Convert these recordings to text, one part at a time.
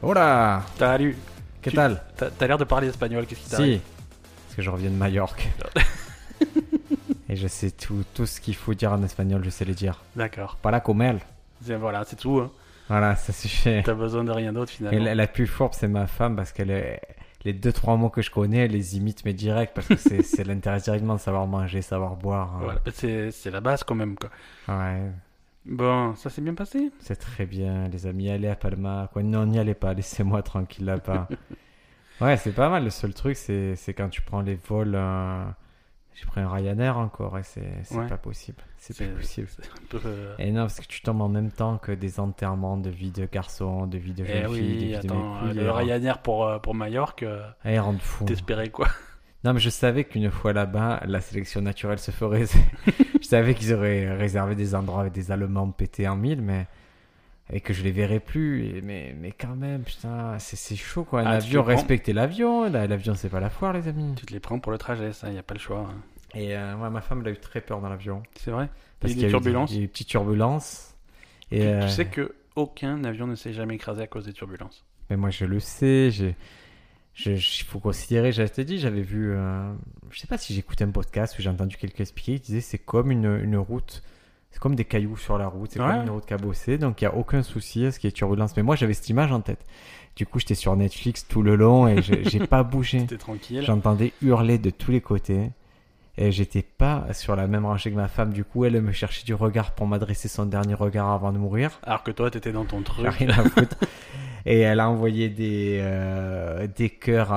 Hola! Salut. ¿Qué tal? T'as l'air de parler espagnol, qu'est-ce qui t'arrive? Si, parce que je reviens de Majorque. Et je sais tout ce qu'il faut dire en espagnol, je sais les dire. D'accord. Para comer. Voilà, c'est tout. Hein. Voilà, ça suffit. T'as besoin de rien d'autre Et finalement. la plus forte, c'est ma femme, parce qu'elle est... Les 2-3 mots que je connais, elle les imite, mais direct, parce que c'est l'intérêt directement de savoir manger, savoir boire. Hein. Voilà. C'est la base quand même, quoi. Ouais, Bon, ça s'est bien passé? c'est très bien, les amis. Allez à Palma. Quoi, non, n'y allez pas, laissez-moi tranquille là-bas. Ouais, c'est pas mal. Le seul truc, c'est quand tu prends les vols. J'ai pris un Ryanair encore, et c'est Ouais. pas possible. C'est plus possible. C'est un peu. Et non, parce que tu tombes en même temps que des enterrements de vie de garçons, de vie de Eh jeunes filles, de oui, vie de attends, mes couilles. le Ryanair pour Majorque, Ah, ils rendent fou. t'espérais quoi? Non, mais je savais qu'une fois là-bas, la sélection naturelle se ferait. Je savais qu'ils auraient réservé des endroits avec des Allemands pétés en mille, mais. Et que je les verrais plus. Mais quand même, putain, c'est chaud quoi. Un Ah, tu avion, te prends- respectez l'avion. L'avion, c'est pas la foire, les amis. Tu te les prends pour le trajet, ça, y a pas le choix. Hein. Et ouais, ma femme, elle a eu très peur dans l'avion. C'est vrai? Parce Il y qu'il a y des a eu turbulences? il y a eu des petites turbulences. Et, Tu sais que aucun avion ne s'est jamais écrasé à cause des turbulences. mais moi, je le sais. Il faut considérer, j'avais dit, j'avais vu. Je sais pas si j'écoutais un podcast où j'ai entendu quelqu'un expliquer. Il disait c'est comme une route. C'est comme des cailloux sur la route. C'est Ouais. comme une route cabossée. Donc, il n'y a aucun souci à ce qu'il y ait turbulence. Mais moi, j'avais cette image en tête. Du coup, j'étais sur Netflix tout le long et j'ai pas bougé. T'es tranquille. J'entendais hurler de tous les côtés. Et j'étais pas sur la même rangée que ma femme. Du coup, elle me cherchait du regard pour m'adresser son dernier regard avant de mourir. Alors que toi, t'étais dans ton truc. J'ai rien à foutre. Et elle a envoyé des cœurs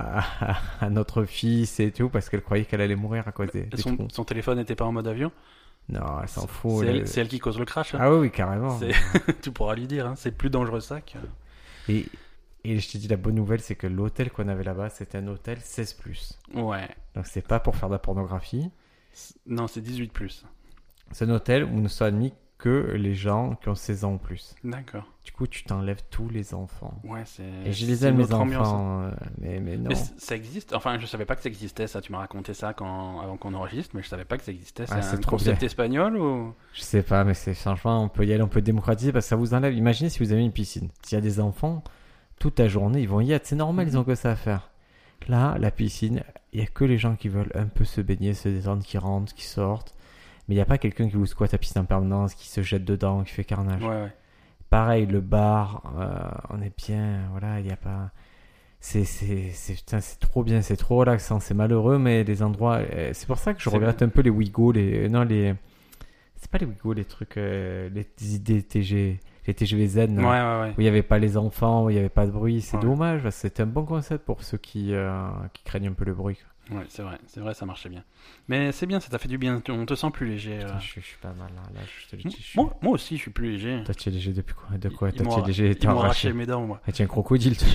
à notre fils et tout parce qu'elle croyait qu'elle allait mourir à cause des trous. Son téléphone n'était pas en mode avion. Non, elle s'en fout. C'est elle qui cause le crash. Hein. Ah oui, carrément. Tu pourras lui dire, hein, c'est plus dangereux ça que. Et, et je te dis, la bonne nouvelle, c'est que l'hôtel qu'on avait là-bas, c'était un hôtel 16+. Ouais. Donc, c'est pas pour faire de la pornographie. Non, c'est 18+. C'est un hôtel où ne sont admis que les gens qui ont 16 ans ou plus. D'accord. Du coup, tu t'enlèves tous les enfants. Ouais, c'est. Et je les c'est aime, une mes autre ambiance, hein. enfants. Mais non. Mais ça existe. Enfin, je savais pas que ça existait. Ça, tu m'as raconté ça avant qu'on enregistre, mais je savais pas que ça existait. Ah, C'est c'est un trop concept bien. espagnol ou. Je sais pas, mais c'est franchement, on peut y aller, on peut démocratiser parce que ça vous enlève. Imaginez si vous avez une piscine. S'il y a des enfants, toute la journée, ils vont y être. C'est normal, ils ont que ça à faire. Là, la piscine, il y a que les gens qui veulent un peu se baigner, se détendre, qui rentrent, qui sortent. Mais il n'y a pas quelqu'un qui vous squatte la piscine en permanence, qui se jette dedans, qui fait carnage. Ouais. Pareil, le bar, on est bien, voilà, il n'y a pas. Putain, c'est trop bien, c'est trop relaxant, c'est malheureux, mais les endroits. C'est pour ça que je C'est regrette un peu les Ouigo, c'est pas les Ouigo, les trucs, les idées les TGV-Z, Ouais, là, ouais. où il n'y avait pas les enfants, où il n'y avait pas de bruit. C'est Ouais. dommage, parce que c'était un bon concept pour ceux qui craignent un peu le bruit. Ouais, c'est vrai, ça marchait bien. Mais c'est bien, ça t'a fait du bien. On te sent plus léger. Putain, je suis pas mal là, je te le dis. je suis- Moi aussi, je suis plus léger. Toi, tu es léger depuis quoi? De quoi? Ils Toi, tu m'ont es léger, t'es ils m'ont arraché. arraché mes dents, moi. Et tu es un crocodile, toi.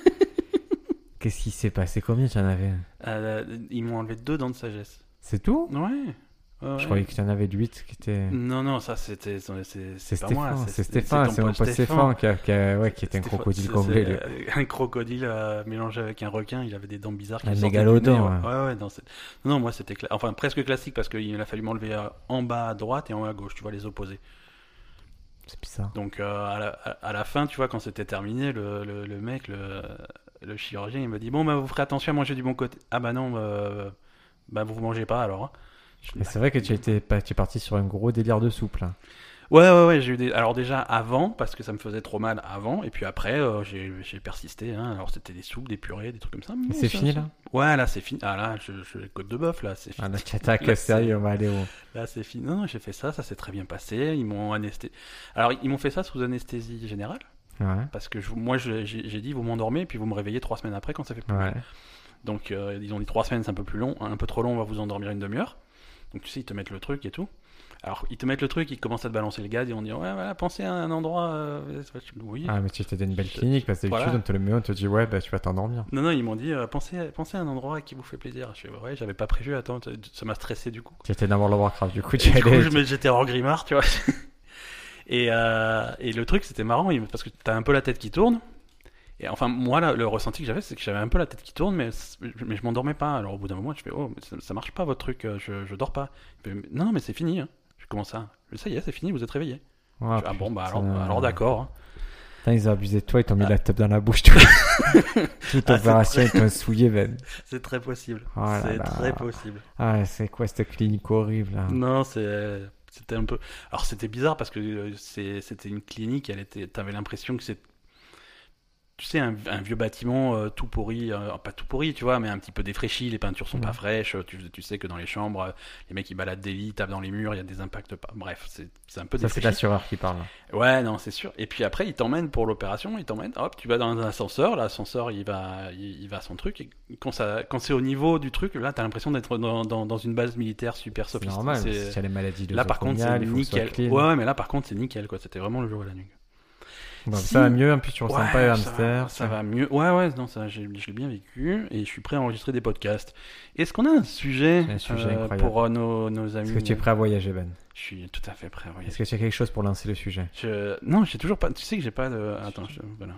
Qu'est-ce qui s'est passé? Combien tu en avais? Ils m'ont enlevé 2 dents de sagesse. C'est tout? Ouais. Je croyais que tu en avais 8 qui étaient. Non, ça c'était. C'est pas moi. Stéphane, c'est mon pote Stéphane qui était un crocodile complet. lui. Un crocodile mélangé avec un requin, il avait des dents bizarres qui Un sortaient du mégalodon, nez, ouais. ouais, non, moi c'était enfin presque classique parce qu'il a fallu m'enlever en bas à droite et en haut à gauche, tu vois, les opposés. C'est bizarre. Donc à la fin, tu vois, quand c'était terminé, le mec, le chirurgien, il me dit bon, bah vous ferez attention à manger du bon côté. Ah bah non, bah vous mangez pas alors. Hein. Mais c'est vrai que tu es parti sur un gros délire de soupe là. Ouais, j'ai eu des. Alors déjà avant, parce que ça me faisait trop mal avant, et puis après, j'ai persisté. Hein. Alors c'était des soupes, des purées, des trucs comme ça. Mais c'est fini là? Ouais, là c'est fini. Ah là, je côte de bœuf là, c'est fini. Ah là, tu attaques sérieux, on va aller où? Là c'est fini. Non, j'ai fait ça s'est très bien passé. Ils m'ont Alors ils m'ont fait ça sous anesthésie générale, Ouais. parce que moi j'ai dit vous m'endormez, puis vous me réveillez 3 semaines après quand ça fait plus Ouais. mal. Donc ils ont dit 3 semaines c'est un peu plus long, un peu trop long, on va vous endormir une demi-heure. Donc tu sais, ils te mettent le truc et tout. Alors, ils te mettent le truc, ils commencent à te balancer le gaz, ils vont dire ouais, voilà, pensez à un endroit. Oui. Ah, mais tu étais dans une belle clinique parce que d'habitude, Voilà. on te le met, on te dit ouais, bah tu vas t'endormir. Non, ils m'ont dit pensez à un endroit qui vous fait plaisir. Je fais ouais, j'avais pas prévu, attends, ça m'a stressé du coup. Tu étais dans World of Warcraft, du coup, Et tu du coup, allais. j'étais en grimard, tu vois. Et le truc, c'était marrant parce que t'as un peu la tête qui tourne. Et enfin, moi, là, le ressenti que j'avais, c'est que j'avais un peu la tête qui tourne, mais je m'endormais pas. Alors, au bout d'un moment, je fais oh, mais ça marche pas votre truc, je dors pas. Il fait, non, mais c'est fini. Hein. Je commence ça. Ça y est, c'est fini, vous êtes réveillé. Ouais, Ah bon, bah putain. alors d'accord. Hein. Putain, ils ont abusé de toi, ils t'ont mis la teub dans la bouche. Toute opération, ils t'ont souillé, Ben. C'est très possible. Oh là C'est là. très possible. Ah, c'est quoi cette clinique horrible là? Non, c'était un peu. Alors c'était bizarre parce que c'était une clinique. T'avais l'impression que c'est, tu sais, un vieux bâtiment tout pourri, pas tout pourri, tu vois, mais un petit peu défraîchi. Les peintures sont pas fraîches. Tu sais que dans les chambres, les mecs ils baladent des lits, tapent dans les murs, il y a des impacts. Bref, c'est un peu Ça, c'est défraîchi. l'assureur qui parle. Ouais, non, c'est sûr. Et puis après, ils t'emmènent pour l'opération. Hop, tu vas dans un ascenseur. L'ascenseur, il va à son truc. Et quand c'est au niveau du truc, là, t'as l'impression d'être dans une base militaire super C'est sophistiquée. normal, si tu as les maladies de Là, par contre, c'est nickel. Ouais, mais là, par contre, c'est nickel, quoi. C'était vraiment le jour et la nuit. Bon, Si. ça va mieux, en plus tu ressens Ouais, pas le ça hamster. ça va mieux. Ouais, non, ça, je l'ai bien vécu et je suis prêt à enregistrer des podcasts. Est-ce qu'on a un sujet, incroyable. pour nos amis? Est-ce que tu es prêt à voyager, Ben? Je suis tout à fait prêt à voyager. Est-ce que tu as quelque chose pour lancer le sujet? Non, j'ai toujours pas. Tu sais que j'ai pas de. Attends, voilà.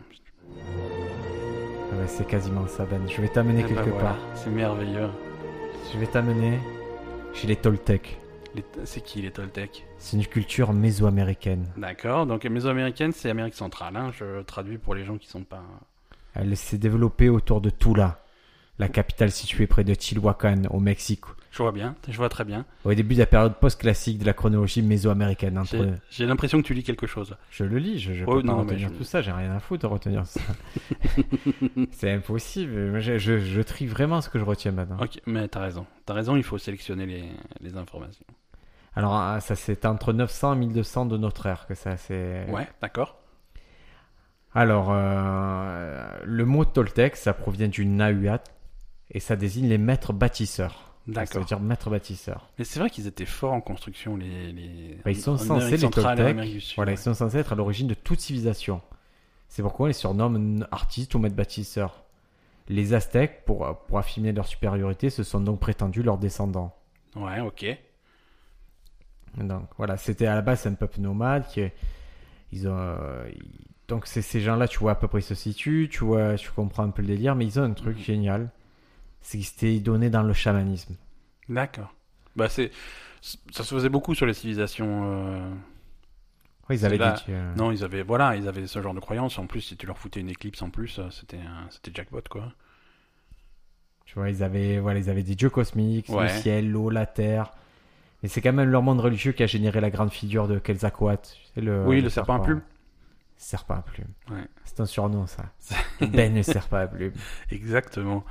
Ah ouais, c'est quasiment ça, Ben. Je vais t'amener Eh ben quelque voilà, part. c'est merveilleux. Je vais t'amener chez les Toltecs. C'est qui les Toltecs? C'est une culture mésoaméricaine. D'accord, donc mésoaméricaine, c'est Amérique centrale. Hein. Je traduis pour les gens qui sont pas. Elle s'est développée autour de Tula, la capitale située près de Chihuahua, au Mexique. Je vois très bien. Au début de la période post-classique de la chronologie mésoaméricaine. J'ai l'impression que tu lis quelque chose. Je le lis, je Oh, peux pas non, retenir mais tout ça, j'ai rien à foutre de retenir ça. C'est impossible. Je trie vraiment ce que je retiens maintenant. Ok, mais t'as raison, il faut sélectionner les informations. Alors, ça c'est entre 900 et 1200 de notre ère que ça c'est. Ouais, d'accord. Alors, le mot Toltec, ça provient du Nahuatl et ça désigne les maîtres bâtisseurs. Ça veut D'accord. dire maître bâtisseur. Mais c'est vrai qu'ils étaient forts en construction, Ils sont en censés, Amérique les centrale et en Toltecs, Amérique du Sud, voilà, ouais. ils sont censés être à l'origine de toute civilisation. C'est pourquoi on les surnomme artistes ou maîtres bâtisseurs. Les Aztèques, pour affirmer leur supériorité, se sont donc prétendus leurs descendants. Ouais, ok. Donc voilà, c'était à la base un peuple nomade donc ces gens-là, tu vois à peu près ils se situent, tu comprends un peu le délire, mais ils ont un truc génial, c'est qu'ils s'étaient donnés dans le chamanisme. D'accord. Bah ça se faisait beaucoup sur les civilisations. Ouais, ils avaient là- dit Non, ils avaient ce genre de croyances. En plus, si tu leur foutais une éclipse en plus, c'était jackpot, quoi. tu vois, ils avaient des dieux cosmiques, Ouais. le ciel, l'eau, la terre. Et c'est quand même leur monde religieux qui a généré la grande figure de Quetzalcoatl. Tu sais, Le serpent à plumes. Serpent à plumes. Ouais. C'est un surnom, ça. Ben le serpent à plumes. Exactement.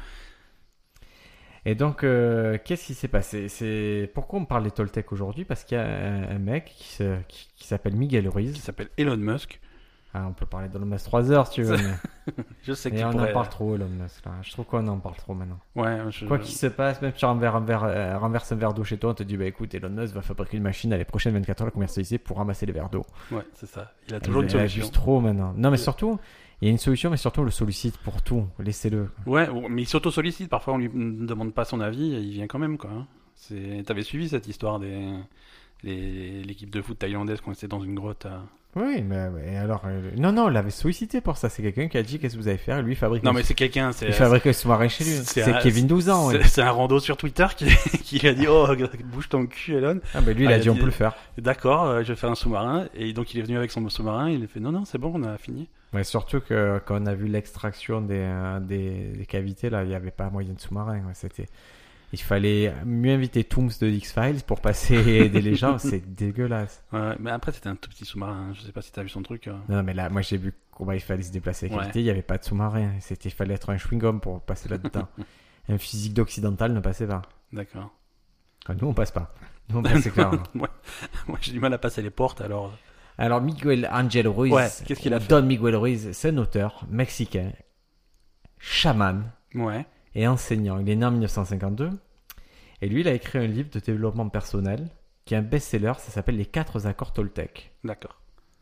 Et donc, qu'est-ce qui s'est passé? Pourquoi on parle des Toltecs aujourd'hui? Parce qu'il y a un mec qui s'appelle Miguel Qui Ruiz. s'appelle Elon Musk. Ah, on peut parler d'Elon Musk 3 heures si tu veux. Mais... Je sais Et qu'il on pourrait. en parle trop, Elon Musk. Là. Je trouve qu'on en parle trop maintenant. Ouais. Quoi qu'il se passe, même si tu renverses un verre d'eau chez toi, on te dit bah écoute, Elon Musk va fabriquer une machine à les prochaines 24 heures à commercialiser pour ramasser les verres d'eau. Ouais, c'est ça. Il a toujours une Il solution. abuse trop maintenant. Non, mais surtout, il y a une solution, mais surtout on le sollicite pour tout. Laissez-le. Ouais, mais il s'auto-sollicite. Parfois, on lui demande pas son avis et il vient quand même, quoi. T'avais suivi cette histoire l'équipe de foot thaïlandaise qu'on était dans une grotte. Oui, mais alors. Non, on l'avait sollicité pour ça. C'est quelqu'un qui a dit qu'est-ce que vous allez faire et lui il fabrique. Non, mais c'est quelqu'un. Il fabrique un sous-marin chez lui. C'est Kevin 12 ans. Ouais. C'est un rando sur Twitter qui a dit oh bouge ton cul Elon. Ah bah lui il a dit on peut le faire. D'accord, je vais faire un sous-marin et donc il est venu avec son sous-marin. Il a fait non c'est bon on a fini. Ouais, surtout que quand on a vu l'extraction des cavités là, il n'y avait pas moyen de sous-marin. Ouais, il fallait mieux inviter Tooms de X-Files pour passer des légendes. C'est dégueulasse. Ouais, mais après c'était un tout petit sous-marin. Hein. Je sais pas si t'as vu son truc. Non mais là moi j'ai vu comment il fallait se déplacer avec cavités. Ouais. Il n'y avait pas de sous-marin. Il fallait être un chewing-gum pour passer là-dedans. Un physique d'occidental ne passait pas. D'accord. Ah, nous on passe pas. Nous on passe clairement. Moi j'ai du mal à passer les portes alors. Alors Miguel Ángel Ruiz, Ouais, qu'est-ce qu'il a fait? Don Miguel Ruiz, c'est un auteur mexicain, chaman Ouais. et enseignant. Il est né en 1952 et lui il a écrit un livre de développement personnel qui est un best-seller, ça s'appelle Les 4 accords Toltec. D'accord.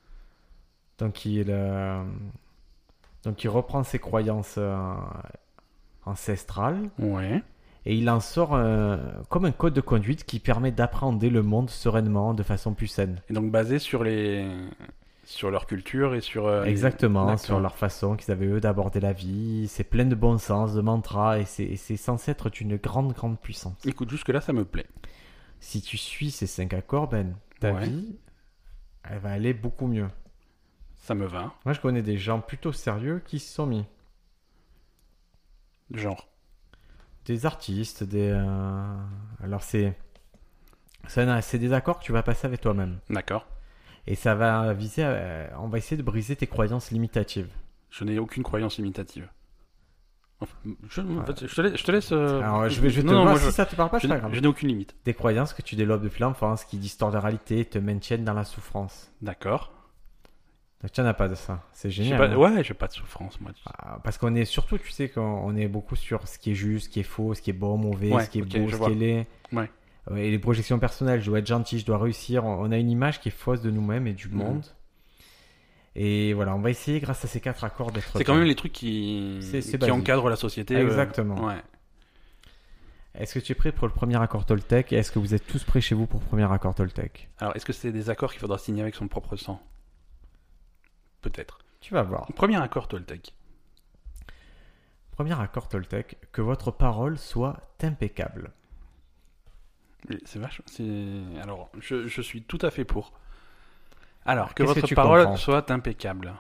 Donc il reprend ses croyances ancestrales Ouais. et il en sort comme un code de conduite qui permet d'appréhender le monde sereinement, de façon plus saine. Et donc basé sur leur culture et sur. Exactement, D'accord. sur leur façon qu'ils avaient eux d'aborder la vie. C'est plein de bon sens, de mantras et c'est censé être d'une grande puissance. Écoute jusque là ça me plaît. Si tu suis ces 5 accords, Ben, ta Ouais. vie, elle va aller beaucoup mieux. Ça me va. Moi, je connais des gens plutôt sérieux qui s'y sont mis. Genre. Des artistes, alors c'est des accords que tu vas passer avec toi-même. D'accord. Et ça va viser on va essayer de briser tes croyances limitatives. Je n'ai aucune croyance imitative. Enfin, je te laisse. Alors, je vais te Non, voir moi, si ça te parle pas, c'est pas grave. je n'ai aucune limite. Des croyances que tu développes depuis l'enfance qui distordent la réalité et te maintiennent dans la souffrance. D'accord. Donc, tu n'en as pas de ça. C'est J'ai génial. pas... hein. Ouais, j'ai pas de souffrance, moi. Parce qu'on est surtout, tu sais, qu'on est beaucoup sur ce qui est juste, ce qui est faux, ce qui est bon, mauvais, Ouais, ce qui est ok, beau, je ce vois. qui est laid. Ouais. Et les projections personnelles, je dois être gentil, je dois réussir. On a une image qui est fausse de nous-mêmes et du monde. Et voilà, on va essayer, grâce à ces 4 accords, d'être. C'est quand même les trucs qui C'est qui basique. encadrent la société. Exactement. Ouais. Est-ce que tu es prêt pour le premier accord Toltec? Et est-ce que vous êtes tous prêts chez vous pour le premier accord Toltec? Alors, est-ce que c'est des accords qu'il faudra signer avec son propre sang? Peut-être. Tu vas voir. Premier accord Toltec. Premier accord Toltec, que votre parole soit impeccable. C'est vache. Alors, je suis tout à fait pour. Alors, que Qu'est-ce que votre tu parole comprends soit impeccable.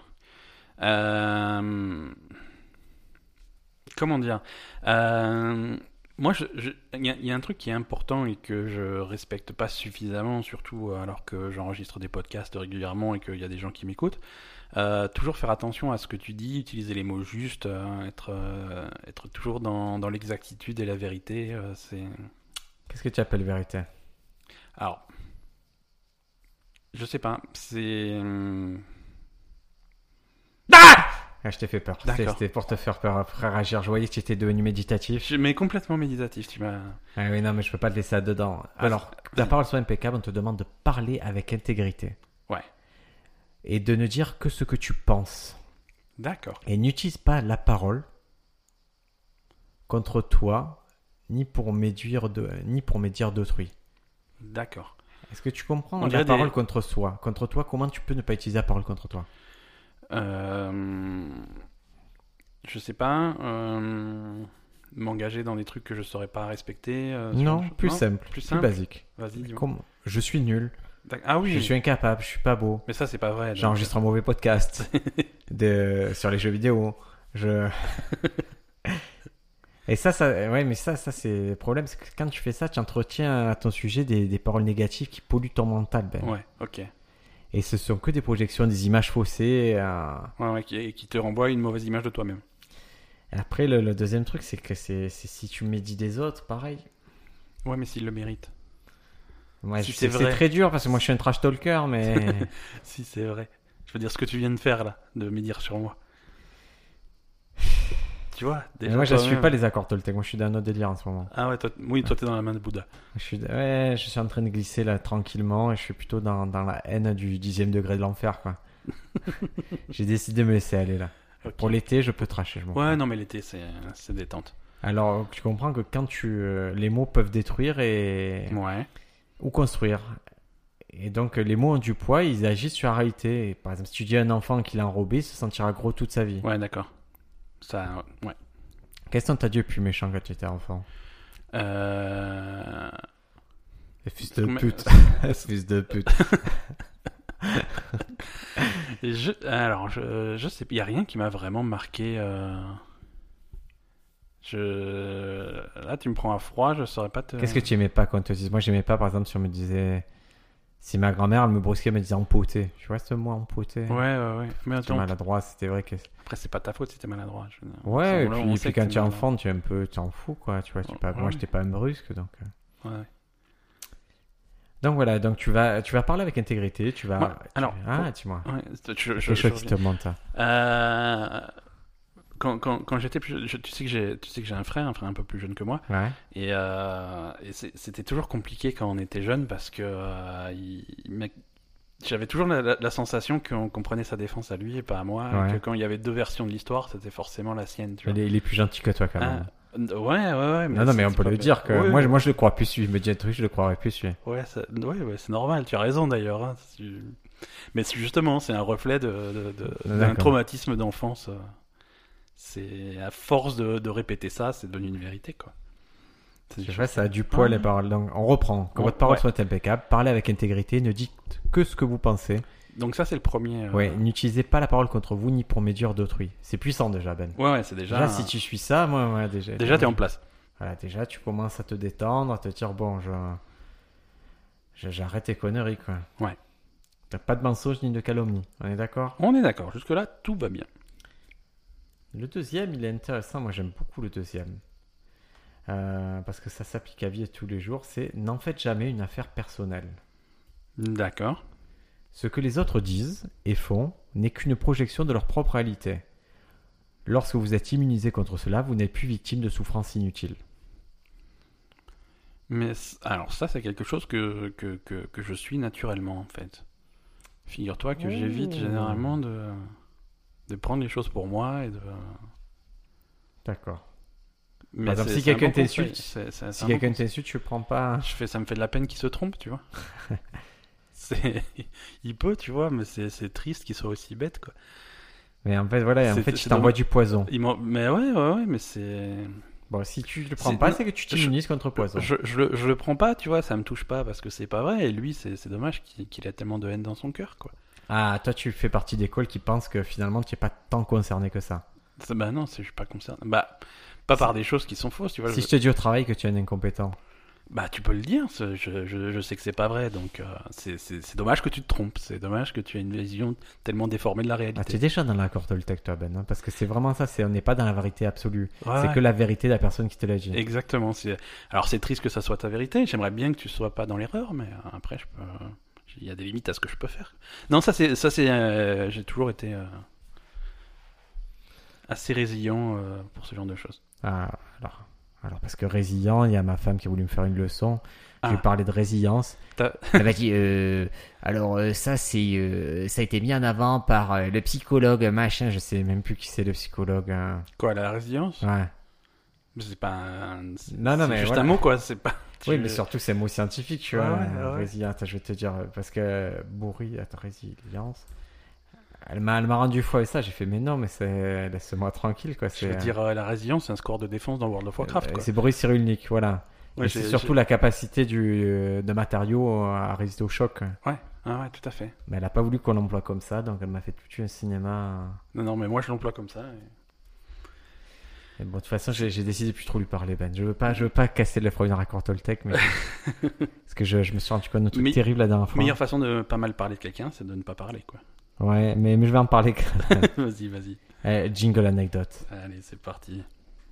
Comment dire Moi, il y a un truc qui est important et que je respecte pas suffisamment, surtout alors que j'enregistre des podcasts régulièrement et qu'il y a des gens qui m'écoutent. Toujours faire attention à ce que tu dis, utiliser les mots justes, être toujours dans l'exactitude et la vérité. Qu'est-ce que tu appelles vérité? Alors, je sais pas, c'est... Ah, je t'ai fait peur. D'accord. C'était pour te faire peur, après réagir. Je voyais que tu étais devenu méditatif. Mais complètement méditatif, tu m'as... Ah oui, non, mais je peux pas te laisser là-dedans. Alors, que ta parole soit impeccable, on te demande de parler avec intégrité. Ouais. Et de ne dire que ce que tu penses. D'accord. Et n'utilise pas la parole contre toi, ni pour médire d'autrui. D'accord. Est-ce que tu comprends On la dirait parole contre soi? Contre toi, comment tu peux ne pas utiliser la parole contre toi? Je sais pas. M'engager dans des trucs que je saurais pas respecter. Non, plus non simple, plus plus simple. basique. Vas-y, dis-moi. Comme je suis nul, Ah oui. je suis incapable, je suis pas beau. Mais ça, c'est pas vrai. donc. J'enregistre un mauvais podcast sur les jeux vidéo. Et ça, ouais, mais ça c'est le problème, c'est que quand tu fais ça, tu entretiens à ton sujet des paroles négatives qui polluent ton mental, Ben. Ouais, ok. Et ce sont que des projections, des images faussées. Ouais, qui te renvoie une mauvaise image de toi-même. Et après, le deuxième truc, c'est que c'est si tu médis des autres, pareil. Ouais, mais s'il le mérite. Ouais, Si je c'est sais que c'est vrai. très dur parce que moi je suis un trash talker, mais Si, c'est vrai. Je veux dire, ce que tu viens de faire, là, de me dire sur moi. Tu vois, déjà. moi je suis toi-même. pas les accords Toltec. Moi je suis dans un autre délire en ce moment. Ah ouais, toi, t'es dans la main de Bouddha. Je suis en train de glisser là tranquillement et je suis plutôt dans la haine du 10e degré de l'enfer, quoi. J'ai décidé de me laisser aller là. Ok. Pour l'été, je peux tracher, je m'en Ouais, fous. non, mais l'été, c'est détente. Alors, tu comprends que quand les mots peuvent détruire Ouais. ou construire. Et donc, les mots ont du poids, ils agissent sur la réalité. Et par exemple, si tu dis à un enfant qu'il est enrobé, il se sentira gros toute sa vie. Ouais, d'accord. Ça, ouais. Qu'est-ce qu'on t'a dit le plus méchant quand tu étais enfant? Euh... Les fils de Mais- pute. Fils de pute. Alors, je sais, il y a rien qui m'a vraiment marqué. Là, tu me prends à froid, je saurais pas te. Qu'est-ce que tu aimais pas quand on te dise? Moi, j'aimais pas, par exemple, si on me disait. Si ma grand-mère, elle me brusquait, elle me disait empoté. Tu vois ce mot empoté? Ouais. Mais C'était attends, maladroit, c'était vrai que. après, c'est pas ta faute si t'es maladroit. Je veux dire. Ouais, et Là, puis, on et sait puis que quand t'es tu es maladroit. enfant, tu es un peu. Tu t'en fous, quoi. Tu vois, moi, Ouais. j'étais pas un brusque, donc. Ouais. Donc voilà, donc tu vas parler avec intégrité, tu vas. Ouais, alors, dis-moi. Ouais, Quelque chose qui te monte. Quand j'étais plus, tu sais que j'ai un frère un peu plus jeune que moi, Ouais. et c'était toujours compliqué quand on était jeune parce que j'avais toujours la sensation qu'on prenait sa défense à lui et pas à moi, Ouais. et que quand il y avait deux versions de l'histoire, c'était forcément la sienne. Tu vois. Il est plus gentil que toi, quand même. Ouais. Non, mais on peut c'est le pas- dire que. Ouais, Moi, je le crois plus, lui. Il me dit un truc, je le croirais plus, lui. Ouais, c'est normal, tu as raison d'ailleurs. Hein, mais justement, c'est un reflet d'un D'accord. traumatisme d'enfance. C'est à force de répéter ça, c'est devenu une vérité, quoi. C'est Je sais pas, ça a du poids, les paroles. Donc, on reprend. Que Ouais, votre parole ouais. soit impeccable, parlez avec intégrité, ne dites que ce que vous pensez. Donc ça, c'est le premier. Ouais, n'utilisez pas la parole contre vous ni pour médire d'autrui. C'est puissant déjà, Ben. Ouais, c'est déjà. Déjà, si tu suis ça, moi, déjà. Déjà, t'es en place. Voilà, déjà, tu commences à te détendre, à te dire, bon, j'arrête tes conneries, quoi. Ouais. T'as pas de mensonge ni de calomnie. On est d'accord? On est d'accord. Jusque-là, tout va bien. Le deuxième, il est intéressant. Moi, j'aime beaucoup le deuxième. Parce que ça s'applique à vie et tous les jours. C'est n'en faites jamais une affaire personnelle. D'accord. Ce que les autres disent et font n'est qu'une projection de leur propre réalité. Lorsque vous êtes immunisé contre cela, vous n'êtes plus victime de souffrances inutiles. Mais alors ça, c'est quelque chose que je suis naturellement, en fait. Figure-toi que j'évite généralement de prendre les choses pour moi et de... D'accord. Mais Par exemple, si c'est un quelqu'un bon conseil. t'insulte, si quelqu'un t'insulte, tu prends pas... Ça me fait de la peine qu'il se trompe, tu vois. Il peut, tu vois, mais c'est triste qu'il soit aussi bête, quoi. Mais en fait, voilà, C'est- il c'est t'envoie du poison. Mais ouais, mais c'est... Bon, si tu le prends C'est- pas, non, c'est que tu t'immunises contre poison. Je le prends pas, tu vois, ça me touche pas parce que c'est pas vrai. Et lui, c'est dommage qu'il ait tellement de haine dans son cœur, quoi. Ah, toi, tu fais partie d'écoles qui pensent que finalement, tu n'es pas tant concerné que ça. Bah non, je suis pas concerné. Bah, pas par des choses qui sont fausses, tu vois. Si je te dis au travail que tu es un incompétent. Bah, tu peux le dire, je sais que c'est pas vrai, donc c'est dommage que tu te trompes, c'est dommage que tu aies une vision tellement déformée de la Ah, tu es réalité. déjà dans l'accord Toltec, toi, Ben, hein, parce que c'est vraiment ça, on n'est pas dans la vérité absolue. Ouais, C'est que la vérité de la personne qui te l'a dit. exactement. Alors, c'est triste que ça soit ta vérité, j'aimerais bien que tu sois pas dans l'erreur, mais après, il y a des limites à ce que je peux faire. Non, j'ai toujours été assez résilient pour ce genre de choses. Ah, alors, parce que résilient, il y a ma femme qui a voulu me faire une leçon. Je lui Ah. parlais de résilience. T'as- Elle m'a dit, ça a été mis en avant par le psychologue machin. Je sais même plus qui c'est le psychologue. Hein. Quoi, la résilience? Ouais. C'est pas Non, c'est mais juste voilà. un mot, quoi, c'est pas... Oui, tu- mais surtout c'est un mot scientifique, tu Ouais, vois. ouais. Résilience, attends, je vais te dire, parce que résilience. Elle m'a rendu fou avec ça. J'ai fait, mais non, mais laisse-moi tranquille, quoi. Je veux dire, la résilience, c'est un score de défense dans World of Warcraft, quoi. C'est Boris Cyrulnik, voilà. Ouais, Et c'est surtout la capacité de matériaux à résister au choc. Ouais, ah ouais, tout à fait. Mais elle a pas voulu qu'on l'emploie comme ça, donc elle m'a fait tout un cinéma. Non, mais moi, je l'emploie comme ça. Et bon, de toute façon, j'ai décidé de plus trop lui parler, Ben. Je veux pas casser le premier raccord Toltec, mais parce que je me suis rendu compte de trucs Mais- terribles la dernière fois. Meilleure façon de pas mal parler de quelqu'un, c'est de ne pas parler, quoi. Ouais, mais je vais en parler. Vas-y. Jingle anecdote. Allez, c'est parti.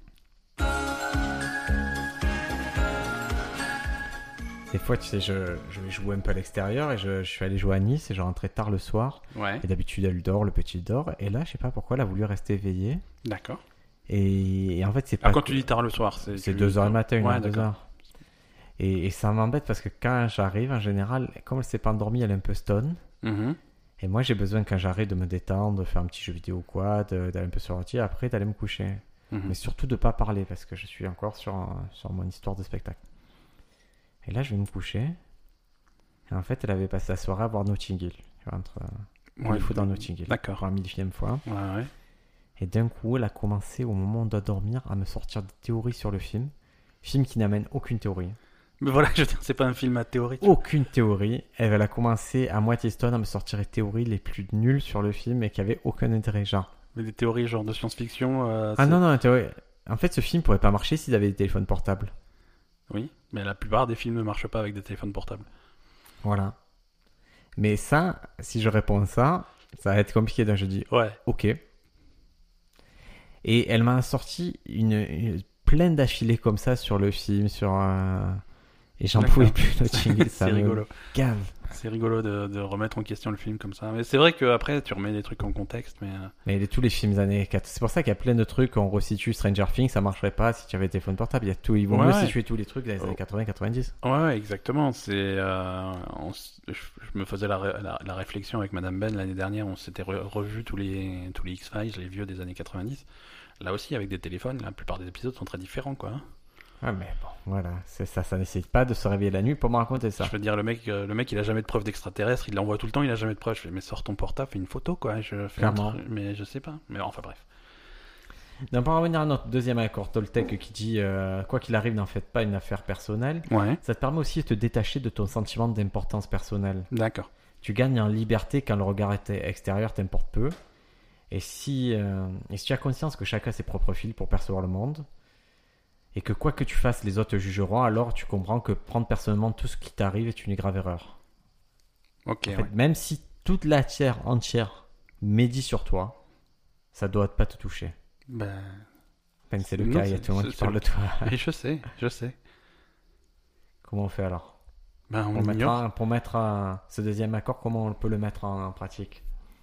Des fois, tu sais, je vais jouer un peu à l'extérieur et je suis allé jouer à Nice et je rentrais tard le soir. Ouais, Et d'habitude, elle dort, le petit dort. Et là, je sais pas pourquoi, elle a voulu rester éveillée. d'accord. Et en fait, c'est pas. Ah, quand tu dis tard le soir, C'est tu- 2h du matin, 1h, Ouais, 2h. d'accord. Et ça m'embête parce que quand j'arrive, en général, comme elle s'est pas endormie, elle est un peu stone. Mhm. Et moi, j'ai besoin, quand j'arrive, de me détendre, de faire un petit jeu vidéo ou quoi, d'aller un peu sur l'ordi, après d'aller me coucher. Mhm. Mais surtout de pas parler parce que je suis encore sur mon histoire de spectacle. Et là, je vais me coucher. Et en fait, elle avait passé la soirée à voir Notting Hill. Tu vois, Ouais, il faut dans Notting Hill. D'accord. Pour la millième fois. Ouais. Et d'un coup, elle a commencé, au moment où on doit dormir, à me sortir des théories sur le film. Film qui n'amène aucune théorie. Mais voilà, je veux dire, c'est pas un film à théorie. tu vois. Aucune théorie. Elle a commencé à moitié stone à me sortir les théories les plus nulles sur le film et qui avaient aucun intérêt. Genre. Mais des théories genre de science-fiction. Ah non, la théorie. En fait, ce film pourrait pas marcher s'ils avaient des téléphones portables. Oui, mais la plupart des films ne marchent pas avec des téléphones portables. Voilà. Mais ça, si je réponds ça va être compliqué. Donc je dis Ouais. ok. Et elle m'a sorti plein d'affilés comme ça sur le film, et j'en D'accord. pouvais plus. Notting Hill, ça C'est me rigolo. gave. C'est rigolo de remettre en question le film comme ça. Mais c'est vrai qu'après, tu remets des trucs en contexte, mais... Mais tous les films des années 4. C'est pour ça qu'il y a plein de trucs. On resitue Stranger Things, ça marcherait pas si tu avais téléphone portable. Il y a tout. Ils vont mieux Ouais. situer tous les trucs des années 80-90. Ouais, exactement. Je me faisais la réflexion avec Madame Ben l'année dernière. On s'était revu tous les X-Files, les vieux des années 90. Là aussi, avec des téléphones, la plupart des épisodes sont très différents, quoi. Ah, mais bon, voilà. C'est ça nécessite pas de se réveiller la nuit pour me raconter ça. Je veux dire, le mec, il a jamais de preuve d'extraterrestre. Il l'envoie tout le temps, il a jamais de preuve. Je fais, mais sors ton portable, fais une photo, quoi. Je fais Clairement. mais je sais pas. Mais enfin, bref. Donc, pour revenir à notre deuxième accord Toltec qui dit quoi qu'il arrive, n'en faites pas une affaire personnelle. Ouais, Ça te permet aussi de te détacher de ton sentiment d'importance personnelle. d'accord. Tu gagnes en liberté quand le regard extérieur t'importe peu. Et si tu as conscience que chacun a ses propres fils pour percevoir le monde, et que quoi que tu fasses, les autres te jugeront, alors tu comprends que prendre personnellement tout ce qui t'arrive est une grave erreur. Ok, En fait, même si toute la terre entière médit sur toi, ça doit pas te toucher. Ben, Enfin, c'est le non, cas, il y a c'est- tout le monde c'est- qui c'est parle le- de toi. et je sais. Comment on fait alors? Ben, on Pour mettre, ignore. ce deuxième accord, comment on peut le mettre en pratique?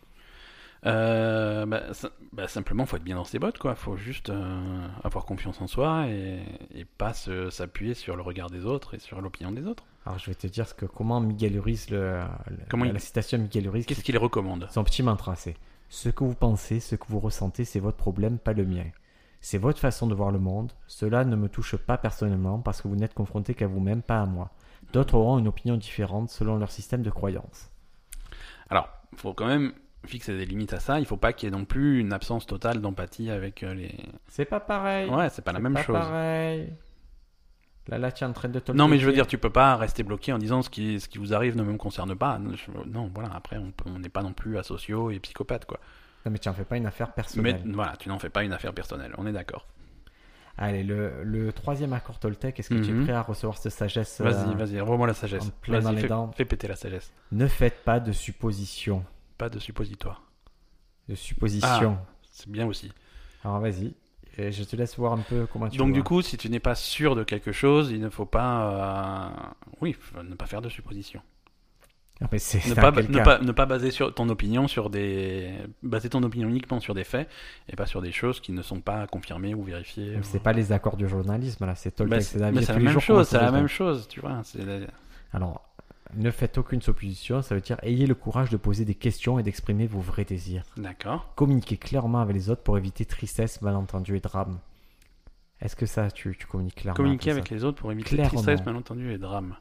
Simplement, faut être bien dans ses bottes, quoi. Faut juste avoir confiance en soi et pas s'appuyer sur le regard des autres et sur l'opinion des autres. Alors je vais te dire comment Miguel Uris, Comment la citation de Miguel Uris, Qu'est-ce qu'il recommande? son petit mantra, c'est: ce que vous pensez, ce que vous ressentez, c'est votre problème, pas le mien. C'est votre façon de voir le monde. Cela ne me touche pas personnellement parce que vous n'êtes confronté qu'à vous-même, pas à moi. D'autres auront une opinion différente selon leur système de croyance. Alors, faut quand même fixer des limites à ça. Il faut pas qu'il y ait non plus une absence totale d'empathie avec les. C'est pas pareil. Ouais, c'est pas la même C'est chose. pas pareil. Là, tu es en train de te le Non, mais je veux péter. dire, tu peux pas rester bloqué en disant ce qui vous arrive ne me concerne pas. Non, voilà, après, on n'est pas non plus asociaux et psychopathes, quoi. Non, mais tu en fais pas une affaire Mais personnelle. voilà, tu n'en fais pas une affaire personnelle, on est d'accord. Allez, le troisième accord Toltec, est-ce que tu es prêt à recevoir cette sagesse? Vas-y, envoie-moi la sagesse. en plein dans Vas-y, les fais, dents. fais péter la sagesse. Ne faites pas de suppositions. Pas de suppositoire. De suppositions. C'est bien aussi. Alors vas-y, et je te laisse voir un peu comment tu Donc vois. du coup, si tu n'es pas sûr de quelque chose, il ne faut pas... ne pas faire de suppositions. Ah, mais c'est Ne dans pas, quel ne, cas pas, ne pas baser ton opinion baser ton opinion uniquement sur des faits et pas sur des choses qui ne sont pas confirmées ou vérifiées. C'est pas les accords du journalisme là, c'est Toltec. Mais c'est la mais vie c'est de la tous les même jours, chose, comment c'est ça la se même fait. chose, tu vois. Alors, ne faites aucune supposition, ça veut dire ayez le courage de poser des questions et d'exprimer vos vrais désirs. D'accord. Communiquez clairement avec les autres pour éviter tristesse, malentendus et drame. Est-ce que ça, tu communiques clairement Communiquer tout avec ça les autres pour éviter Clairement. tristesse, malentendu et drame.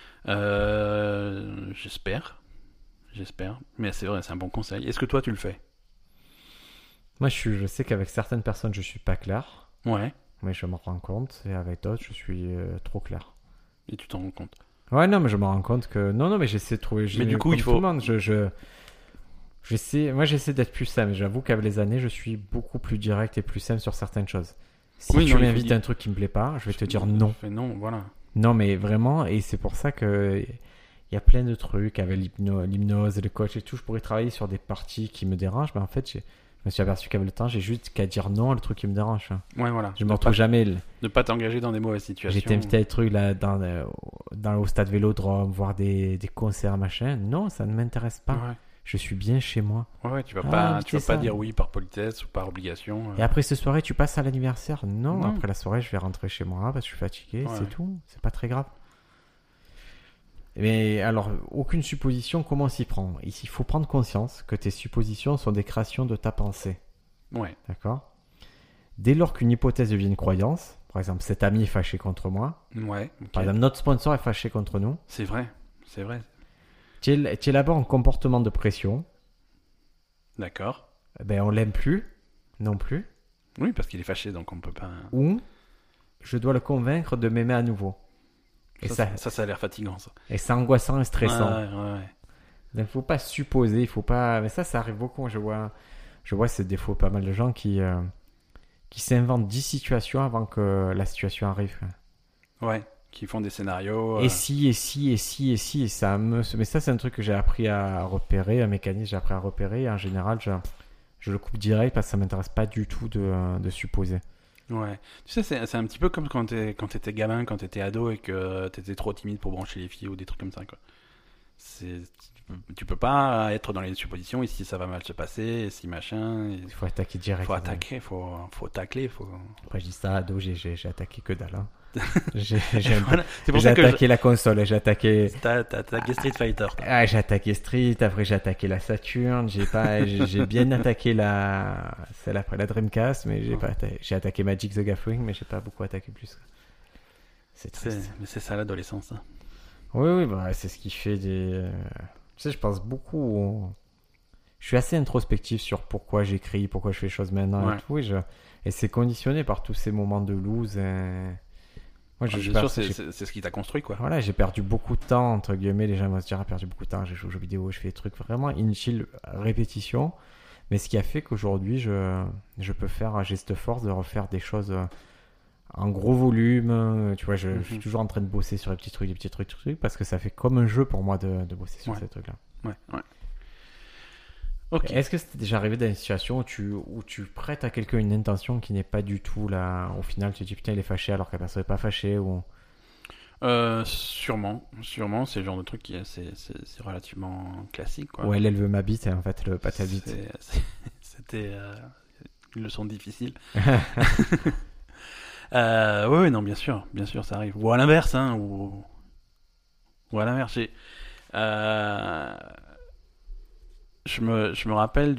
J'espère. Mais c'est vrai, c'est un bon conseil. Est-ce que toi, tu le fais? Moi, je sais qu'avec certaines personnes, je suis pas clair, Ouais. mais je me rends compte, et avec d'autres, je suis trop clair. Et tu t'en rends compte. Ouais, non, mais je me rends compte que... Non, mais j'essaie de trouver... Mais du coup, comme il tout faut- le monde, j'essaie d'être plus simple. J'avoue qu'avec les années, je suis beaucoup plus direct et plus simple sur certaines choses. Si Oui, tu non, il faut m'invites dire- à un truc qui me plaît pas, je vais te dire non. Fais non, voilà. Non, mais vraiment, et c'est pour ça que il y a plein de trucs avec l'hypnose, le coach et tout. Je pourrais travailler sur des parties qui me dérangent, mais en fait, je me suis aperçu qu'avec le temps, j'ai juste qu'à dire non à le truc qui me dérange. Ouais, voilà. Je me retrouve jamais. Ne pas t'engager dans des mauvaises situations. J'étais invité à des trucs là, au stade Vélodrome, voir des concerts, machin. Non, ça ne m'intéresse pas. Ouais. Je suis bien chez moi. Ouais, tu vas Ah, pas, mais tu vas c'est pas ça. dire oui par politesse ou par obligation. Et après cette soirée, tu passes à l'anniversaire? Non, Non. après la soirée, je vais rentrer chez moi parce que je suis fatigué, Ouais. c'est tout. C'est pas très grave. Mais alors, aucune supposition, comment on s'y prend? Ici, il faut prendre conscience que tes suppositions sont des créations de ta pensée. Ouais. D'accord? Dès lors qu'une hypothèse devient une croyance, par exemple, cet ami est fâché contre moi, Ouais. ok. par exemple, notre sponsor est fâché contre nous, C'est vrai. C'est vrai. tu élabores un comportement de pression, D'accord. ben on l'aime plus, non plus, Oui, parce qu'il est fâché, donc on peut pas. ou je dois le convaincre de m'aimer à nouveau. Et ça, Ça a l'air fatigant, ça. et c'est angoissant et stressant. Ouais. Donc, il faut pas supposer, il faut pas. Mais ça arrive beaucoup. Je vois ces défauts, pas mal de gens qui s'inventent 10 situations avant que la situation arrive. Ouais. Qui font des scénarios. Et si, et ça me. Mais ça, c'est un truc que j'ai appris à repérer, un mécanisme que j'ai appris à repérer. Et en général, je le coupe direct parce que ça m'intéresse pas du tout de supposer. Ouais. Tu sais, c'est un petit peu comme quand t'étais gamin, quand t'étais ado et que t'étais trop timide pour brancher les filles ou des trucs comme ça, quoi. Tu peux pas être dans les suppositions et si ça va mal se passer, et si machin. Il faut attaquer direct. Faut attaquer, faut tacler, faut. Après, je dis ça, ado, j'ai attaqué que dalle. Hein. Voilà. C'est pour J'ai ça que attaqué la console, j'ai attaqué. t'as attaqué Street Fighter. toi. Ah, j'ai attaqué Street, après j'ai attaqué la Saturn, j'ai bien attaqué celle après la Dreamcast, mais j'ai attaqué Magic the Gathering, mais j'ai pas beaucoup attaqué plus. C'est triste. Mais c'est ça l'adolescence. Hein. Oui, bah, c'est ce qui fait des. Tu sais, je pense beaucoup. Je suis assez introspectif sur pourquoi j'écris, pourquoi je fais les choses maintenant Ouais. et tout, et c'est conditionné par tous ces moments de lose. Moi, Bien sûr, c'est ce qui t'a construit, quoi. Voilà, j'ai perdu beaucoup de temps, entre guillemets. Les gens vont se dire, perdu beaucoup de temps, j'ai joué aux jeux vidéo, je fais des trucs vraiment inutiles, répétition. Mais ce qui a fait qu'aujourd'hui, je peux faire, j'ai cette force de refaire des choses en gros volume. Tu vois, je suis toujours en train de bosser sur les petits trucs, parce que ça fait comme un jeu pour moi de bosser sur ces trucs-là. Ouais. Ok. Est-ce que c'était déjà arrivé dans une situation où tu prêtes à quelqu'un une intention qui n'est pas du tout là, au final tu te dis putain il est fâché alors que la personne n'est pas fâchée ou... Sûrement, c'est le genre de truc qui c'est relativement classique, quoi. Ou elle veut ma bite et en fait elle veut pas ta bite. C'était une leçon difficile. Oui, non, bien sûr, ça arrive. Ou à l'inverse, hein, ou à l'inverse. Je me rappelle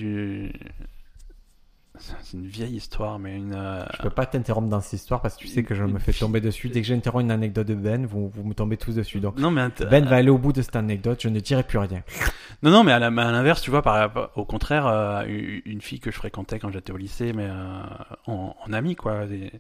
c'est une vieille histoire, mais Je peux pas t'interrompre dans cette histoire parce que tu sais que je me fais tomber dessus. Dès que j'interromps une anecdote de Ben, vous me tombez tous dessus. Donc non, mais Ben va aller au bout de cette anecdote, je ne dirai plus rien. Non, mais à l'inverse, tu vois, au contraire, une fille que je fréquentais quand j'étais au lycée, mais en ami, quoi.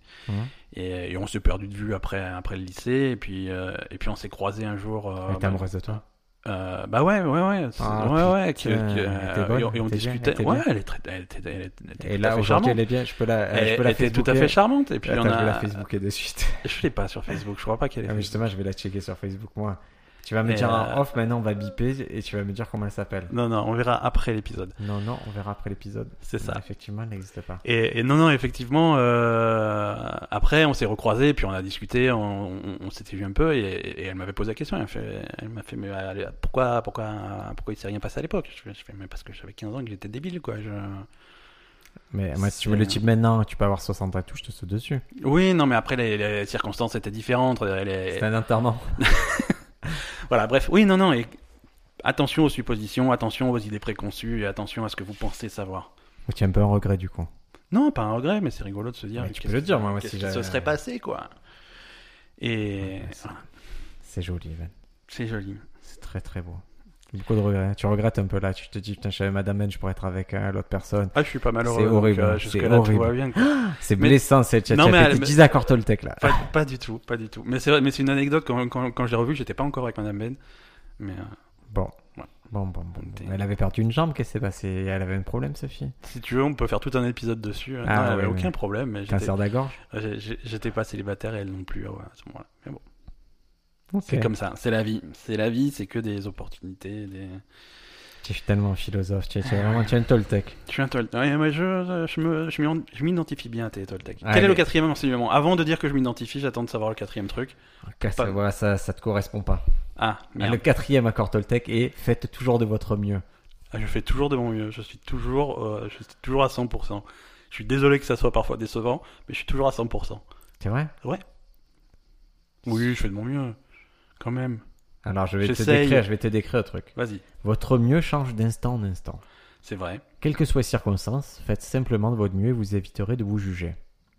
Et on s'est perdu de vue après le lycée, et puis on s'est croisés un jour. Elle était amoureuse de toi? Bah ouais. Ah, Et on discutait. Ouais, elle était et là, aujourd'hui, elle est bien. Je peux la elle était tout à fait charmante. Et puis Attends, je vais la Facebooker de suite. Je l'ai pas sur Facebook, je crois pas qu'elle est. Mais justement, je vais la checker sur Facebook, moi. Tu vas me dire en off, maintenant on va biper et tu vas me dire comment elle s'appelle. Non, on verra après l'épisode. Non, on verra après l'épisode. C'est ça. Mais effectivement, elle n'existe pas. Et non, effectivement, après on s'est recroisés, puis on a discuté, on s'était vu un peu, et elle m'avait posé la question. Elle m'a fait, mais pourquoi il s'est rien passé à l'époque? Je fais, mais parce que j'avais 15 ans et que j'étais débile, quoi. Mais moi, si tu veux le type maintenant, tu peux avoir 60 ans et tout, je te saute dessus. Oui, non, mais après les circonstances étaient différentes. C'était un internat. Voilà, bref, oui, non, et attention aux suppositions, attention aux idées préconçues, et attention à ce que vous pensez savoir. Tu as un peu un regret du coup? Non, pas un regret, mais c'est rigolo de se dire. Mais tu peux le dire, moi, si ça serait passé, quoi. Et c'est joli, Ben. C'est joli. C'est très très beau. Beaucoup de regrets. Tu regrettes un peu là, tu te dis putain, je savais Madame Ben, je pourrais être avec l'autre personne. Ah, je suis pas malheureux. C'est horrible. C'est horrible. Tout va bien, quoi. C'est blessant, c'est non, mais tu dis d'accord Toltec là. Pas du tout. Mais c'est vrai, mais c'est une anecdote quand je l'ai revue, j'étais pas encore avec Madame Ben. Mais bon. Ouais. Bon. Elle avait perdu une jambe, qu'est-ce qui s'est passé? Elle avait un problème, Sophie? Si tu veux, on peut faire tout un épisode dessus. Elle avait aucun problème. Mais cancer de la gorge? J'étais pas célibataire et elle non plus à ce moment-là. Mais bon. Okay. C'est comme ça, c'est la vie, c'est que des opportunités. Tu es tellement philosophe, tu es un Toltec. Je suis un Toltec, ouais, mais je m'identifie bien à tes Toltec. Quel est le quatrième enseignement? Avant de dire que je m'identifie, j'attends de savoir le quatrième truc. Voilà, ça te correspond pas. Merde. Le quatrième accord Toltec est faites toujours de votre mieux. Je fais toujours de mon mieux, je suis toujours à 100%. Je suis désolé que ça soit parfois décevant, mais je suis toujours à 100%. C'est vrai? Ouais. Oui, je fais de mon mieux. Quand même. Alors je vais te décrire un truc. Vas-y. Votre mieux change d'instant en instant. C'est vrai. Quelles que soient les circonstances, faites simplement de votre mieux et vous éviterez de vous juger.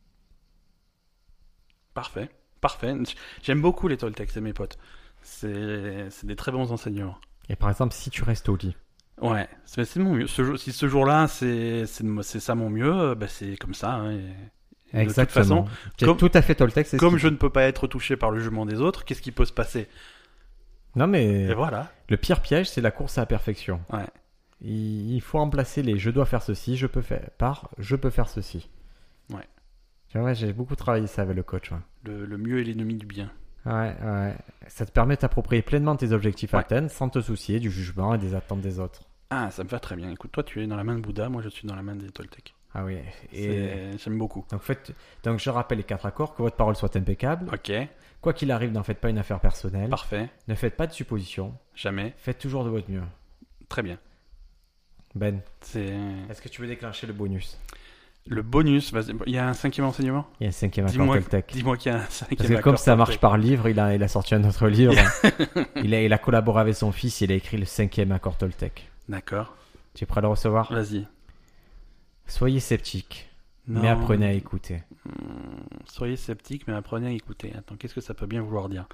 Parfait. J'aime beaucoup les Toltecs, c'est mes potes. C'est des très bons enseignements. Et par exemple, si tu restes au lit. Ouais, c'est mon mieux. Si ce jour-là, c'est ça mon mieux, c'est comme ça. Hein, exactement. De toute façon, tout à fait Toltec. Comme je ne peux pas être touché par le jugement des autres, qu'est-ce qui peut se passer? Non mais. Et voilà. Le pire piège, c'est la course à la perfection. Ouais. Il faut remplacer les je dois faire ceci, je peux faire ceci. Ouais. Tu vois, j'ai beaucoup travaillé ça avec le coach. Ouais. Le mieux est l'ennemi du bien. Ouais. Ça te permet de t'approprier pleinement tes objectifs à atteindre sans te soucier du jugement et des attentes des autres. Ah, ça me va très bien. Écoute, toi, tu es dans la main de Bouddha, moi, je suis dans la main des Toltecs. Ah oui. J'aime beaucoup. Donc je rappelle les 4 accords, que votre parole soit impeccable. Ok. Quoi qu'il arrive, n'en faites pas une affaire personnelle. Parfait. Ne faites pas de suppositions. Jamais. Faites toujours de votre mieux. Très bien. Ben, est-ce que tu veux déclencher le bonus? Le bonus, il y a un 5e enseignement? Il y a un 5e accord Toltec. Dis-moi qu'il y a un 5e accord. Parce que comme ça marche par livre, il a sorti un autre livre. il a collaboré avec son fils, il a écrit le 5e accord Toltec. D'accord. Tu es prêt à le recevoir? Vas-y. Soyez sceptique, mais apprenez à écouter. Soyez sceptique, mais apprenez à écouter. Attends, qu'est-ce que ça peut bien vouloir dire?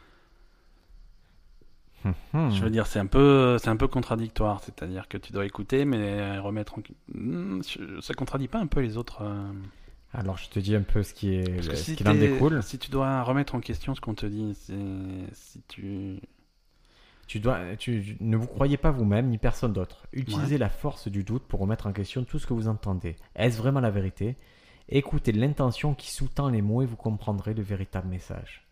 Je veux dire, c'est un peu contradictoire. C'est-à-dire que tu dois écouter, mais remettre en... Ça contradit pas un peu les autres Alors, je te dis un peu ce qui Parce que ce qu'il en découle. si tu dois remettre en question ce qu'on te dit, si tu... Ne vous croyez pas vous-même ni personne d'autre. Utilisez la force du doute pour remettre en question tout ce que vous entendez. Est-ce vraiment la vérité? Écoutez l'intention qui sous-tend les mots et vous comprendrez le véritable message.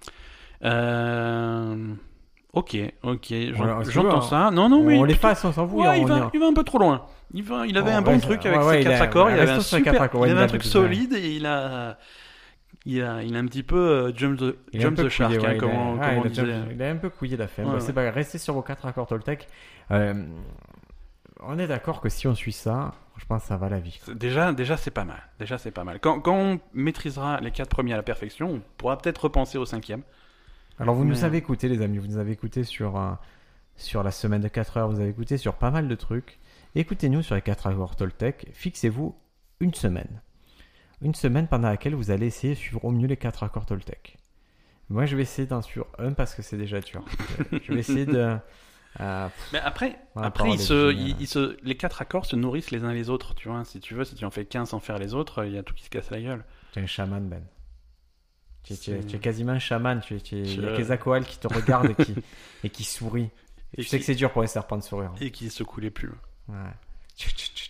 Ok, Voilà, j'entends ça. Non, mais on les fasse, on s'en fout. ouais, il va un peu trop loin. Il avait un bon truc avec ses 4 accords. Il avait un truc solide et il a un petit peu jump the shark, comme on disait. Il a un peu couillé la fin. Ouais, C'est pas grave, restez sur vos 4 accords Toltec. On est d'accord que si on suit ça, je pense que ça va la vie. Déjà, c'est pas mal. Quand on maîtrisera les 4 premiers à la perfection, on pourra peut-être repenser au 5e. Alors vous nous avez écouté, les amis, vous nous avez écouté sur la semaine de 4 heures, vous avez écouté sur pas mal de trucs. Écoutez-nous sur les 4 accords Toltec, fixez-vous une semaine. Une semaine pendant laquelle vous allez essayer de suivre au mieux les 4 accords Toltec. Moi je vais essayer d'en suivre un parce que c'est déjà dur. Je vais essayer de... mais après les 4 accords se nourrissent les uns les autres, tu vois. Si tu en fais 15 sans faire les autres, il y a tout qui se casse la gueule. Tu es un chaman, Ben. Tu es quasiment un chaman. Il y a Kezakoal qui te regarde et qui sourit. Et tu sais que c'est dur pour les serpents de sourire. Et qui secoue les plumes. Ouais.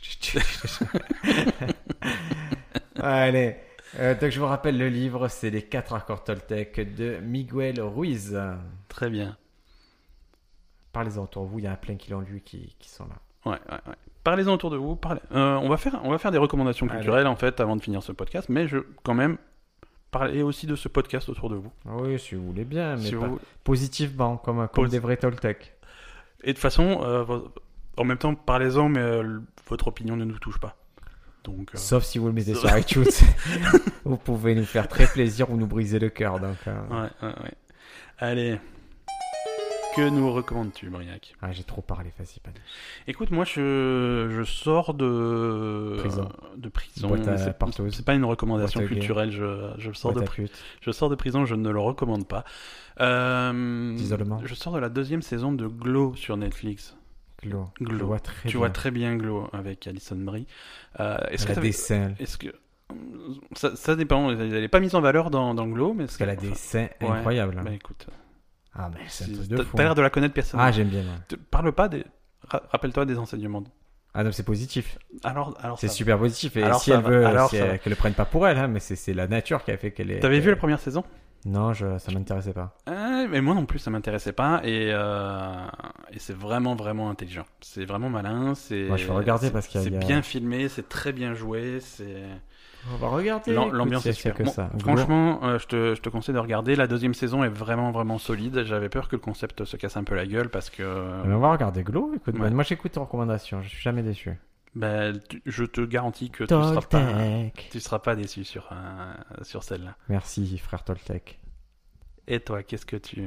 Allez. Donc je vous rappelle, le livre, c'est les 4 accords Toltec de Miguel Ruiz. Très bien. Parlez-en autour de vous, il y en a plein qui l'ont lu qui sont là. Ouais. Parlez-en autour de vous. On va faire des recommandations culturelles en fait avant de finir ce podcast, mais quand même parler aussi de ce podcast autour de vous. Oui, si vous voulez bien, mais positivement, comme des vrais Toltec. Et de toute façon, en même temps, parlez-en, mais votre opinion ne nous touche pas. Donc, sauf si vous le mettez sur iTunes. Vous pouvez nous faire très plaisir ou nous briser le cœur. Donc, Ouais. Allez. Que nous recommandes-tu, Briac? J'ai trop parlé, vas-y, pas. Écoute, moi, je sors de prison. C'est pas une recommandation culturelle. Je sors de prison. Je ne le recommande pas. D'isolement. Je sors de la 2e saison de Glow sur Netflix. Glow. Tu vois très bien Glow avec Alison Brie. Est-ce qu'elle a des seins? Est-ce que ça dépend. Elle n'est pas mise en valeur dans Glow, mais parce qu'elle a des seins incroyables. Bah écoute. Ah, mais c'est un truc de fou. T'as l'air de la connaître personnellement. Ah, j'aime bien. Parle pas rappelle-toi des enseignements. Ah non, c'est positif. Alors c'est super positif. Et alors si elle veut, qu'elle le prenne pas pour elle, hein, mais c'est la nature qui a fait qu'elle est. T'avais vu la première saison? Non, ça m'intéressait pas. Mais moi non plus, ça m'intéressait pas. Et c'est vraiment, vraiment intelligent. C'est vraiment malin. Moi, je vais regarder parce qu'il y a. C'est bien filmé, c'est très bien joué. On va regarder. L'ambiance est super. Bon, franchement, je te conseille de regarder. La 2e saison est vraiment, vraiment solide. J'avais peur que le concept se casse un peu la gueule parce que. Mais on va regarder Glow. Écoute, moi j'écoute tes recommandations. Je suis jamais déçu. Je te garantis que tu seras pas déçu sur celle-là. Merci, frère Toltec. Et toi, qu'est-ce que tu...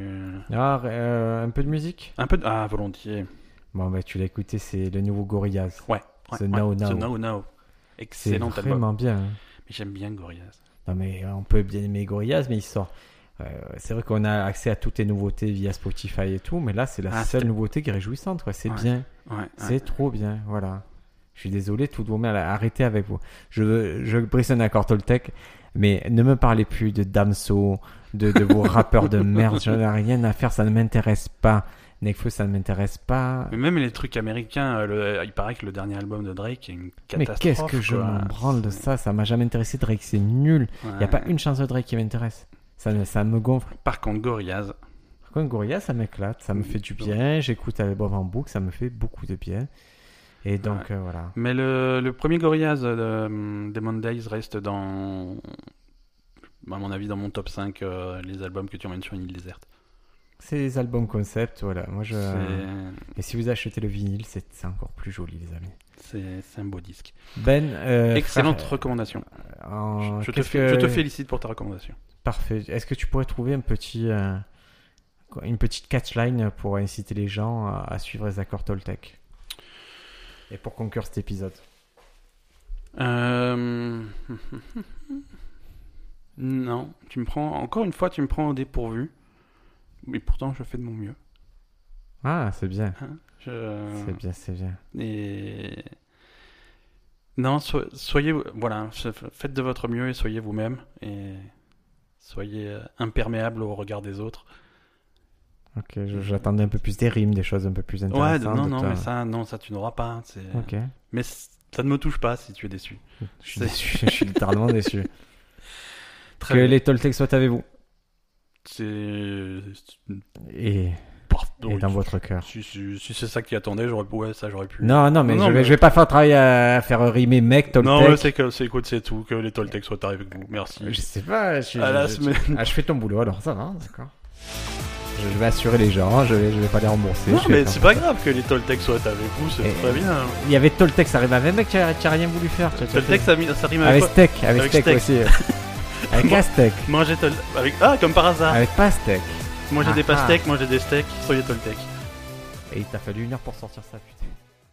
un peu de musique? Volontiers. Bon, tu l'as écouté, c'est le nouveau Gorillaz. Ouais. The Now Now. Excellent album. C'est vraiment bien. Mais j'aime bien Gorillaz. Non, mais on peut bien aimer Gorillaz, mais il sort. C'est vrai qu'on a accès à toutes les nouveautés via Spotify et tout, mais là, c'est la seule nouveauté qui est réjouissante. C'est bien. C'est trop bien. Voilà. Je suis désolé, tout le monde arrêtez avec vous. Je brise un accord Toltec, mais ne me parlez plus de Damso, de vos rappeurs de merde. Je n'ai rien à faire, ça ne m'intéresse pas. Nekfeu, ça ne m'intéresse pas. Mais même les trucs américains, il paraît que le dernier album de Drake est une catastrophe. Mais qu'est-ce que je m'en branle de ça? Ça m'a jamais intéressé. Drake, c'est nul. Il n'y a pas une chanson de Drake qui m'intéresse. Ça me gonfle. Par contre, Gorillaz, ça m'éclate. Ça me fait du bien. J'écoute l'album en boucle. Ça me fait beaucoup de bien. Et donc, voilà. Mais le premier Gorillaz de Demon Days reste à mon avis, dans mon top 5 les albums que tu emmènes sur une île déserte. C'est les albums concept, voilà. Et si vous achetez le vinyle, c'est encore plus joli, les amis. C'est un beau disque. Excellente recommandation. Je te félicite pour ta recommandation. Parfait. Est-ce que tu pourrais trouver une petite catchline pour inciter les gens à suivre les accords Toltec? Et pour conclure cet épisode. Non, encore une fois, tu me prends au dépourvu. Mais pourtant, je fais de mon mieux. Ah, c'est bien. C'est bien. Et Non, soyez, voilà, faites de votre mieux et soyez vous-même et soyez imperméable au regard des autres. Ok, j'attendais un peu plus des rimes, des choses un peu plus Ouais, intéressantes. mais ça, tu n'auras pas. Ok. Mais ça ne me touche pas si tu es déçu. Je suis déçu, je suis littéralement déçu. Très Que bien. les Toltecs soient avec vous C'est. et Oui, dans votre cœur. si c'est ça qui attendait, j'aurais pu. Non, mais, Non, je vais pas faire travailler à faire rimer mec Toltec. Non, mais écoute, c'est tout. Que les Toltecs soient avec vous. Merci. Je sais pas, À la semaine. je fais ton boulot alors, ça va, d'accord. Je vais assurer les gens, je vais pas les rembourser. Non, je vais mais faire c'est ça. pas grave que les Toltecs soient avec vous, c'est Et- très bien. Il y avait Toltec, ça arrive avec mec, tu as rien voulu faire. Toltecs, ça rime avec quoi steak, avec Avec steak steak. aussi. Avec un steak. Manger avec comme par hasard. Avec pas steak. Manger des Ah, pastèques, manger des steaks, soyez Toltecs. Et il t'a fallu 1 heure pour sortir ça, putain.